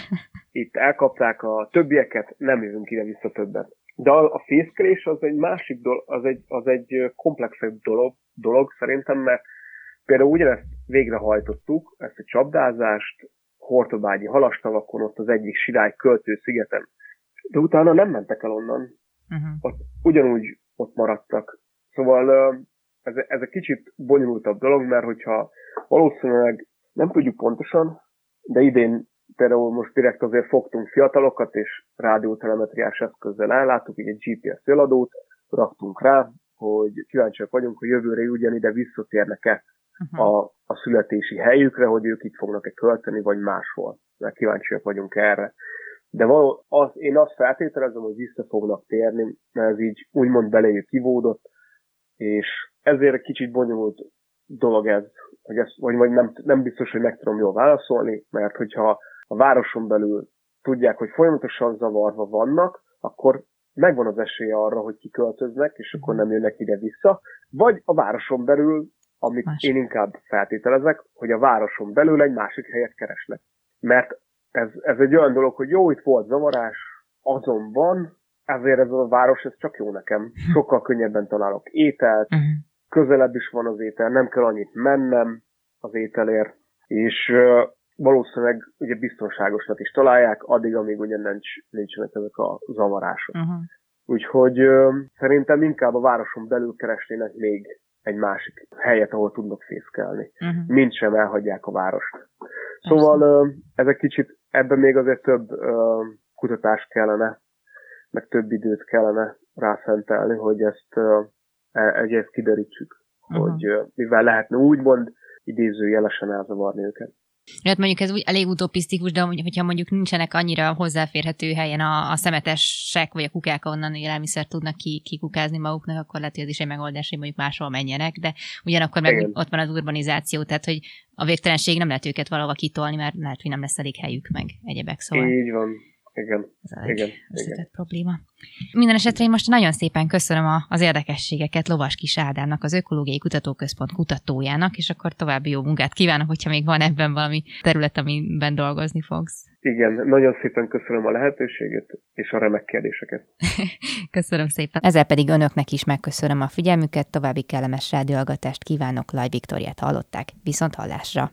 itt elkapták a többieket, nem jövünk ide vissza többet. De a, a fészkelés az egy másik dolog, az egy, az egy komplexebb dolog, dolog szerintem, mert például ugyanezt végrehajtottuk, ezt a csapdázást, Hortobágyi halastavakon, ott az egyik Sirály költő szigeten. De utána nem mentek el onnan. Uh-huh. Ott ugyanúgy ott maradtak. Szóval ez, ez egy kicsit bonyolultabb dolog, mert hogyha valószínűleg nem tudjuk pontosan, de idén például most direkt azért fogtunk fiatalokat, és rádiótelemetriás eszközzel elláttuk, így egy gé pé es eladót raktunk rá, hogy kíváncsiak vagyunk, hogy jövőre ugyanide visszatérnek-e uh-huh. a, a születési helyükre, hogy ők itt fognak-e költeni, vagy máshol. Mert kíváncsiak vagyunk erre. De való, az, én azt feltételezem, hogy vissza fognak térni, mert ez így úgymond beléjük kivódott, és ezért egy kicsit bonyolult dolog ez, hogy ez vagy, vagy nem, nem biztos, hogy meg tudom jól válaszolni, mert hogyha a városon belül tudják, hogy folyamatosan zavarva vannak, akkor megvan az esélye arra, hogy kiköltöznek, és akkor nem jönnek ide-vissza, vagy a városon belül, amit Más. én inkább feltételezek, hogy a városon belül egy másik helyet keresnek. Mert ez, ez egy olyan dolog, hogy jó, itt volt zavarás, azonban ezért ez a város, ez csak jó nekem. Sokkal könnyebben találok ételt, uh-huh. közelebb is van az étel, nem kell annyit mennem az ételért, és uh, valószínűleg ugye biztonságosnak is találják, addig, amíg ugye nincs, nincsenek ezek a zavarások. Uh-huh. Úgyhogy uh, szerintem inkább a városon belül keresnének még egy másik helyet, ahol tudnak fészkelni. Uh-huh. Mint sem elhagyják a várost. Szóval uh, ez egy kicsit, ebben még azért több uh, kutatás kellene, meg több időt kellene rászentelni, hogy ezt, uh, ezt kiderítsük. Uh-huh. Hogy uh, mivel lehetne úgymond idézőjelesen elzavarni őket. Hát mondjuk ez úgy elég utopisztikus, de hogyha mondjuk nincsenek annyira hozzáférhető helyen a, a szemetesek, vagy a kukák, onnan élelmiszert tudnak ki, kikukázni maguknak, akkor lehet, hogy ez is egy megoldás, hogy mondjuk máshol menjenek, de ugyanakkor meg Igen. ott van az urbanizáció, tehát hogy a végtelenség nem lehet őket valahova kitolni, mert lehet, hogy nem lesz elég helyük meg egyebek, szóval. Így van. Igen. Ez a igen, összetett igen. probléma. Minden esetre én most nagyon szépen köszönöm a, az érdekességeket Lovas Kis Ádámnak, az Ökológiai Kutatóközpont kutatójának, és akkor további jó munkát kívánok, hogyha még van ebben valami terület, amiben dolgozni fogsz. Igen, nagyon szépen köszönöm a lehetőséget és a remek kérdéseket. Köszönöm szépen. Ezzel pedig önöknek is megköszönöm a figyelmüket, további kellemes rádióhallgatást kívánok, Laj Viktóriát hallották. Viszont hallásra!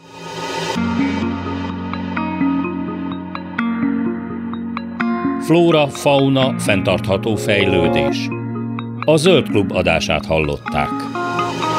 Flóra, fauna, fenntartható fejlődés. A Zöld Klub adását hallották.